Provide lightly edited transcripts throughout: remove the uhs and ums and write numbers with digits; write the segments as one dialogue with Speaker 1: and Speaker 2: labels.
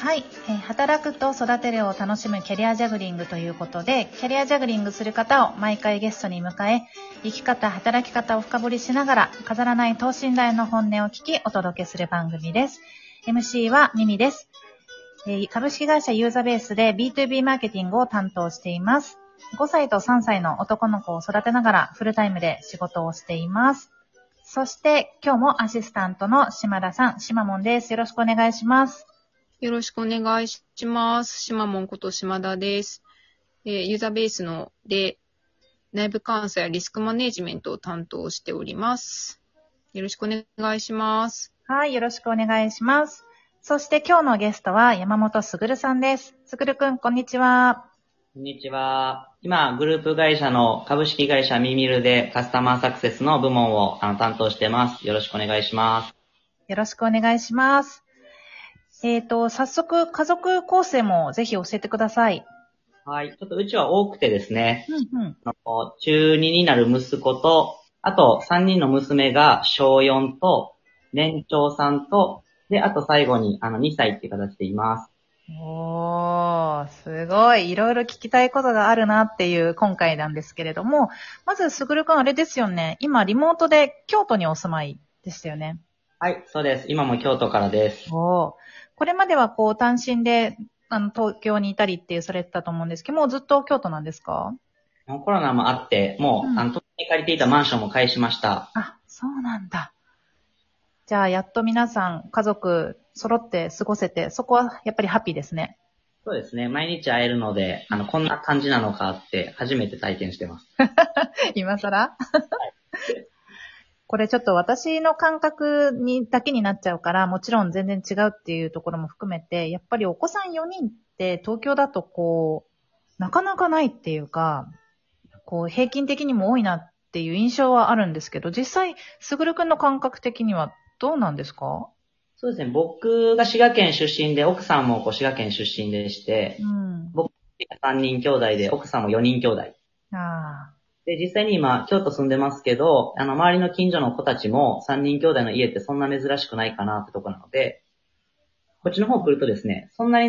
Speaker 1: はい、働くと育てるを楽しむキャリアジャグリングということで、キャリアジャグリングする方を毎回ゲストに迎え、生き方、働き方を深掘りしながら、飾らない等身大の本音を聞きお届けする番組です。MC はミミです。株式会社ユーザベースで B2B マーケティングを担当しています。5歳と3歳の男の子を育てながらフルタイムで仕事をしています。そして今日もアシスタントの島田さん、しまもんです。よろしくお願いします。
Speaker 2: よろしくお願いします。しまもんこと島田です。ユーザーベースので内部監査やリスクマネジメントを担当しております。よろしくお願いします。
Speaker 1: はい、よろしくお願いします。そして今日のゲストは山本卓さんです。卓くん、こんにちは。
Speaker 3: こんにちは。今、グループ会社の株式会社ミミルでカスタマーサクセスの部門を担当してます。よろしくお願いします。
Speaker 1: よろしくお願いします。早速、家族構成もぜひ教えてください。
Speaker 3: はい。ちょっとうちは多くてですね、
Speaker 1: 中
Speaker 3: 2になる息子と、あと3人の娘が小4と、年長さんと、で、あと最後に2歳っていう形でいます。
Speaker 1: おー、すごい。いろいろ聞きたいことがあるなっていう今回なんですけれども、まず、すぐるくんあれですよね。今、リモートで京都にお住まいでしたよね。
Speaker 3: はい、そうです。今も京都からです。
Speaker 1: おー。これまでは単身で、東京にいたりってされてたと思うんですけど、もうずっと京都なんですか？
Speaker 3: コロナもあって、もう、東京に借りていたマンションも返しました。
Speaker 1: あ、そうなんだ。じゃあ、やっと皆さん、家族、揃って過ごせて、そこはやっぱりハッピーですね。
Speaker 3: そうですね。毎日会えるので、こんな感じなのかって初めて体験してます。
Speaker 1: 今更これちょっと私の感覚にだけになっちゃうから、もちろん全然違うっていうところも含めて、やっぱりお子さん4人って東京だとなかなかないっていうか、平均的にも多いなっていう印象はあるんですけど、実際、すぐるくんの感覚的にはどうなんですか？
Speaker 3: そうですね。僕が滋賀県出身で、奥さんも滋賀県出身でして、僕が3人兄弟で、奥さんも4人兄弟。で、実際に今、京都住んでますけど、周りの近所の子たちも3人兄弟の家ってそんな珍しくないかなってとこなので、こっちの方来るとですね、そんなに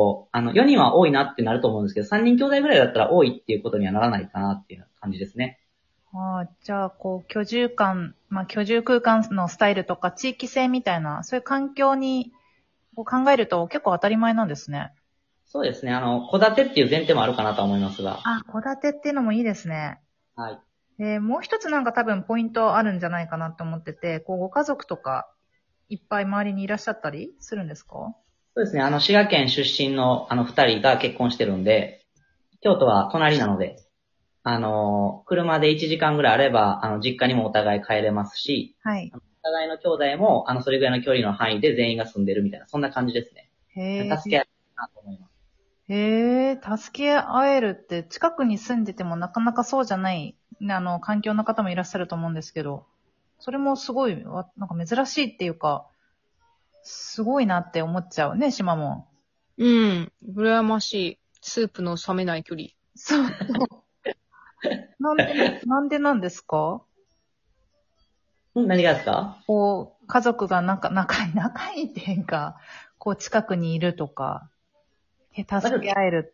Speaker 3: 4人は多いなってなると思うんですけど、3人兄弟ぐらいだったら多いっていうことにはならないかなっていう感じですね。
Speaker 1: じゃあ、居住空間のスタイルとか地域性みたいな、そういう環境に考えると結構当たり前なんですね。
Speaker 3: そうですね。戸建てっていう前提もあるかなと思いますが。
Speaker 1: 戸建てっていうのもいいですね。
Speaker 3: はい。
Speaker 1: もう一つ多分ポイントあるんじゃないかなと思ってて、ご家族とかいっぱい周りにいらっしゃったりするんですか？
Speaker 3: そうですね。滋賀県出身の二人が結婚してるんで、京都は隣なので、車で1時間ぐらいあれば、実家にもお互い帰れますし、
Speaker 1: はい。
Speaker 3: お互いの兄弟も、それぐらいの距離の範囲で全員が住んでるみたいな、そんな感じですね。助け合えるなと思います。
Speaker 1: 助け合えるって近くに住んでてもなかなかそうじゃない、環境の方もいらっしゃると思うんですけど、それもすごい、珍しいっていうか、すごいなって思っちゃうね、島も。
Speaker 2: 羨ましい。スープの冷めない距離。
Speaker 1: そう。なんでなんですか？
Speaker 3: 何がですか？
Speaker 1: 家族が仲いいっていうか、近くにいるとか、助け合えるって。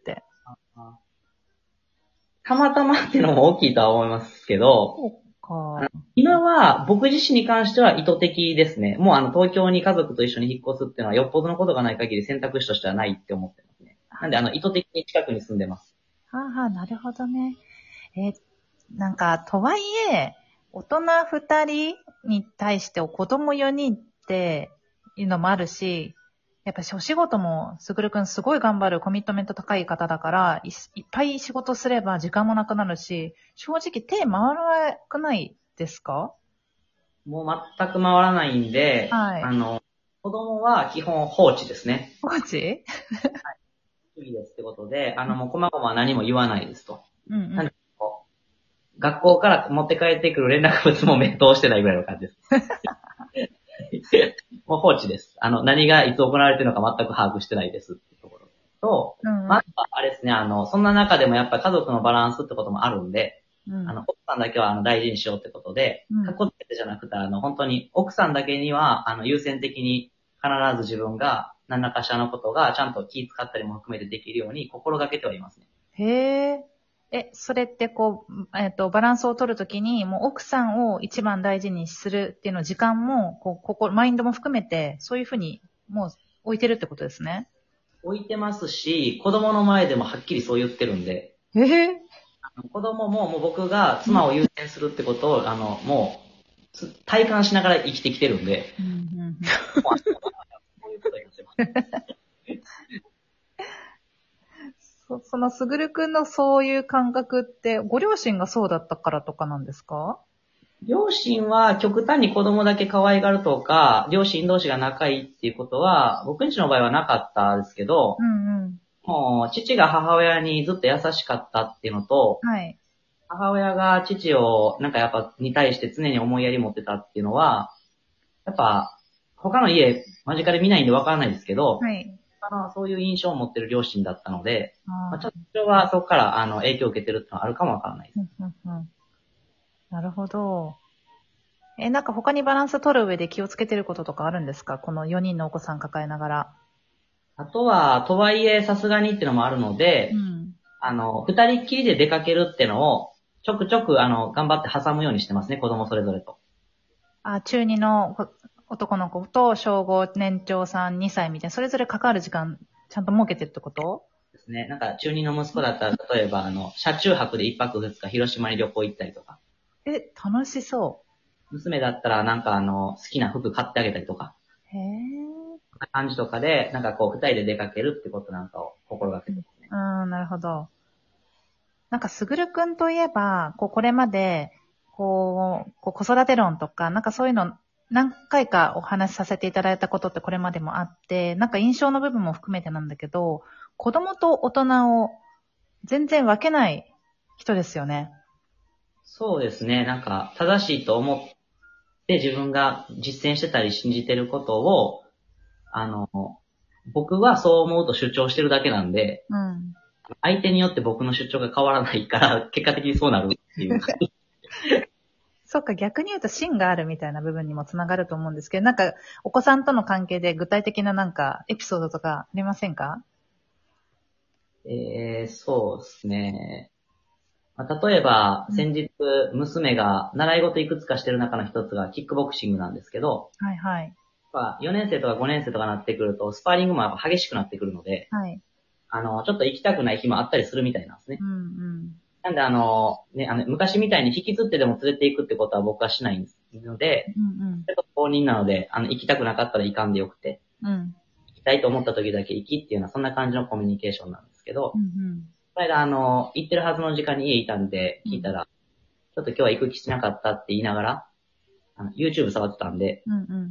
Speaker 3: たまたまっていうのも大きいとは思いますけど、今は僕自身に関しては意図的ですね。もう東京に家族と一緒に引っ越すっていうのはよっぽどのことがない限り選択肢としてはないって思ってますね。なんで意図的に近くに住んでます。
Speaker 1: なるほどね。とはいえ、大人2人に対して子供4人っていうのもあるし、やっぱお仕事もすぐるくんすごい頑張るコミットメント高い方だから、いっぱい仕事すれば時間もなくなるし、正直手回らなくないですか？
Speaker 3: もう全く回らないんで、子供は基本放置ですね。
Speaker 1: 放置？はい。
Speaker 3: いいですってことで、もう細々は何も言わないですと。学校から持って帰ってくる連絡物も目通してないぐらいの感じです。もう放置です。何がいつ行われているのか全く把握してないですってところと、あれですね、そんな中でもやっぱ家族のバランスってこともあるんで、奥さんだけは大事にしようってことで、過去ってじゃなくて、本当に奥さんだけには優先的に必ず自分が何らかしらのことがちゃんと気使ったりも含めてできるように心がけてはいますね。
Speaker 1: へえ。それってこう、バランスを取るときに、もう奥さんを一番大事にするっていうの時間も、マインドも含めて、そういうふうにもう置いてるってことですね。
Speaker 3: 置いてますし、子供の前でもはっきりそう言ってるんで、子供ももう僕が妻を優先するってことを、もう、体感しながら生きてきてるんで、そういうこと言って
Speaker 1: ます。そのすぐるくんのそういう感覚って、ご両親がそうだったからとかなんですか？
Speaker 3: 両親は極端に子供だけ可愛がるとか、両親同士が仲いいっていうことは、僕んちの場合はなかったですけど、もう父が母親にずっと優しかったっていうのと、
Speaker 1: はい。
Speaker 3: 母親が父をなんかやっぱに対して常に思いやり持ってたっていうのは、やっぱ他の家間近で見ないんでわからないですけど、
Speaker 1: はい。
Speaker 3: そういう印象を持ってる両親だったので、ちょっとはそこから影響を受けてるってのはあるかもわからないです。
Speaker 1: なるほど。なんか他にバランス取る上で気をつけてることとかあるんですか？この4人のお子さん抱えながら。
Speaker 3: あとは、とはいえさすがにっていうのもあるので、二人っきりで出かけるっていうのを、ちょくちょく頑張って挟むようにしてますね、子供それぞれと。
Speaker 1: 中2の男の子と小5年長さん2歳みたいな、それぞれ関わる時間、ちゃんと設けてるってこと？
Speaker 3: ですね。なんか中2の息子だったら、例えば車中泊で1泊2日広島に旅行行ったりとか。
Speaker 1: 楽しそう。
Speaker 3: 娘だったらなんか好きな服買ってあげたりとか。
Speaker 1: へー。
Speaker 3: こんな感じとかで、なんかこう二人で出かけるってことなんかを心がけてますね。
Speaker 1: なるほど。なんか、すぐるくんといえば、これまで、子育て論とか、なんかそういうの、何回かお話しさせていただいたことってこれまでもあって、なんか印象の部分も含めてなんだけど、子供と大人を全然分けない人ですよね。
Speaker 3: そうですね。なんか、正しいと思って自分が実践してたり信じてることを、僕はそう思うと主張してるだけなんで、相手によって僕の主張が変わらないから、結果的にそうなるっていう。
Speaker 1: そっか、逆に言うと芯があるみたいな部分にもつながると思うんですけど、なんか、お子さんとの関係で具体的ななんか、エピソードとかありませんか？
Speaker 3: そうですね。例えば、先日、娘が習い事いくつかしてる中の一つがキックボクシングなんですけど、
Speaker 1: はいはい。
Speaker 3: 4年生とか5年生とかなってくると、スパーリングもやっぱ激しくなってくるので、
Speaker 1: はい。
Speaker 3: ちょっと行きたくない日もあったりするみたいなんですね。なんで昔みたいに引きずってでも連れて行くってことは僕はしないので、公認なので、行きたくなかったら行かんでよくて、行きたいと思った時だけ行きっていうのはそんな感じのコミュニケーションなんですけど、この間行ってるはずの時間に家いたんで聞いたら、ちょっと今日は行く気しなかったって言いながら、YouTube 触ってたんで、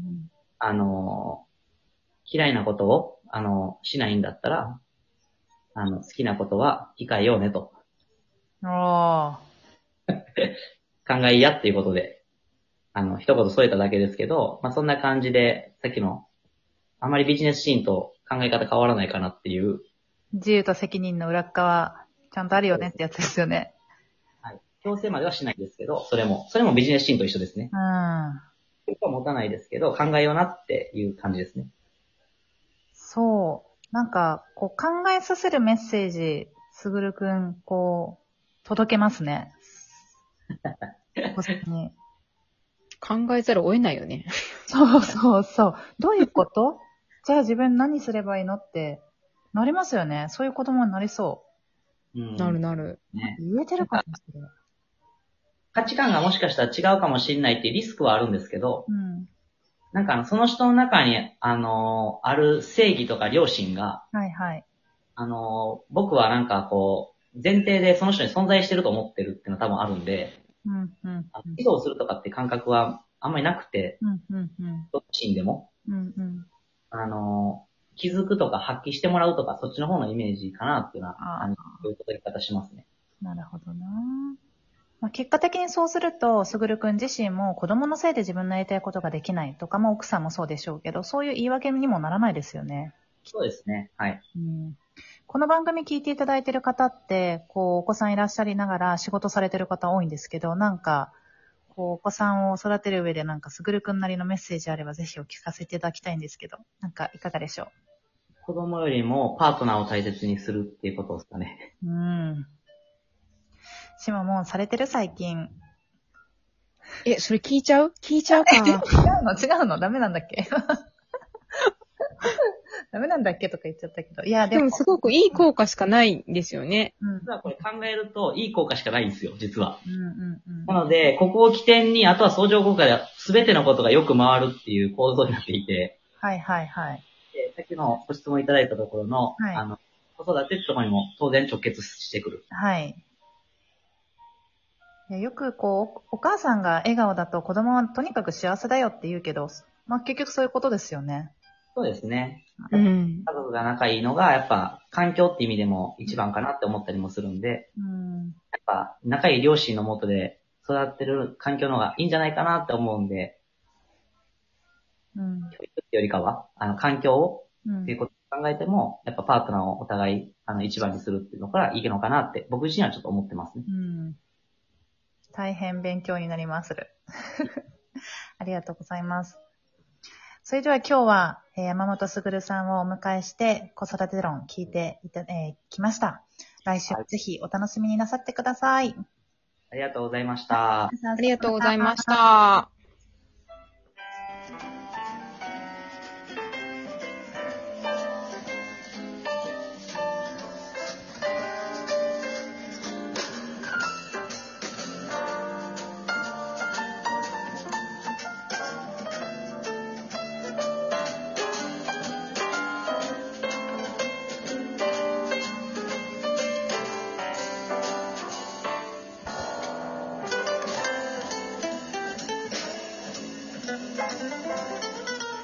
Speaker 3: 嫌いなことを、しないんだったら、好きなことは控えようねと。考えやっていうことで、一言添えただけですけど、そんな感じで、さっきの、あまりビジネスシーンと考え方変わらないかなっていう。
Speaker 1: 自由と責任の裏側、ちゃんとあるよねってやつですよね。
Speaker 3: はい。強制まではしないですけど、それもビジネスシーンと一緒ですね。結構持たないですけど、考えようなっていう感じですね。
Speaker 1: そう。なんか、考えさせるメッセージ、すぐるくん、届けますね。に
Speaker 2: 考えざるを得ないよね。
Speaker 1: そうそうそう。どういうことじゃあ自分何すればいいのってなりますよね。そういう子供になりそう。
Speaker 2: なる。
Speaker 3: ね、
Speaker 1: 言えてるかもしれない。
Speaker 3: 価値観がもしかしたら違うかもしれないっていうリスクはあるんですけど、なんかその人の中に、ある正義とか良心が、僕はなんか前提でその人に存在してると思ってるっていうのは多分あるんで、指導するとかって感覚はあんまりなくて、どっちにでも、気づくとか発揮してもらうとか、そっちの方のイメージかなっていうのは、そういう届き方しますね。
Speaker 1: なるほどな。結果的にそうすると、すぐるくん自身も子供のせいで自分のやりたいことができないとか、奥さんもそうでしょうけど、そういう言い訳にもならないですよね。
Speaker 3: そうですね。はい。
Speaker 1: この番組聞いていただいている方って、お子さんいらっしゃりながら仕事されている方多いんですけど、なんか、お子さんを育てる上でなんかすぐるくんなりのメッセージあればぜひお聞かせていただきたいんですけど、なんかいかがでしょう？
Speaker 3: 子供よりもパートナーを大切にするっていうことですかね。
Speaker 1: うん。しももうされてる最近。
Speaker 2: それ聞いちゃうかな。
Speaker 1: 違うのダメなんだっけダメなんだっけとか言っちゃったけど。いや、
Speaker 2: でもすごくいい効果しかないんですよね。
Speaker 3: 実はこれ考えるといい効果しかないんですよ、実は。
Speaker 1: うん。
Speaker 3: なので、ここを起点に、あとは相乗効果で全てのことがよく回るっていう構造になっていて。
Speaker 1: はい。
Speaker 3: で、さっきのご質問いただいたところの、
Speaker 1: はい、
Speaker 3: 子育てってところにも当然直結してくる。
Speaker 1: はい。よくお母さんが笑顔だと子供はとにかく幸せだよって言うけど、まあ結局そういうことですよね。
Speaker 3: そうですね。
Speaker 2: うん。
Speaker 3: 家族が仲いいのが、やっぱ環境って意味でも一番かなって思ったりもするんで、やっぱ仲いい両親のもとで育ってる環境の方がいいんじゃないかなって思うんで、教育ってよりかは、環境をっていうことを考えても、やっぱパートナーをお互い、一番にするっていうのからいいのかなって、僕自身はちょっと思ってますね。
Speaker 1: 大変勉強になります。ありがとうございます。それでは今日は、山本卓さんをお迎えして子育て論聞いてきました。来週ぜひお楽しみになさってください。
Speaker 3: ありがとうございました。
Speaker 2: ありがとうございました。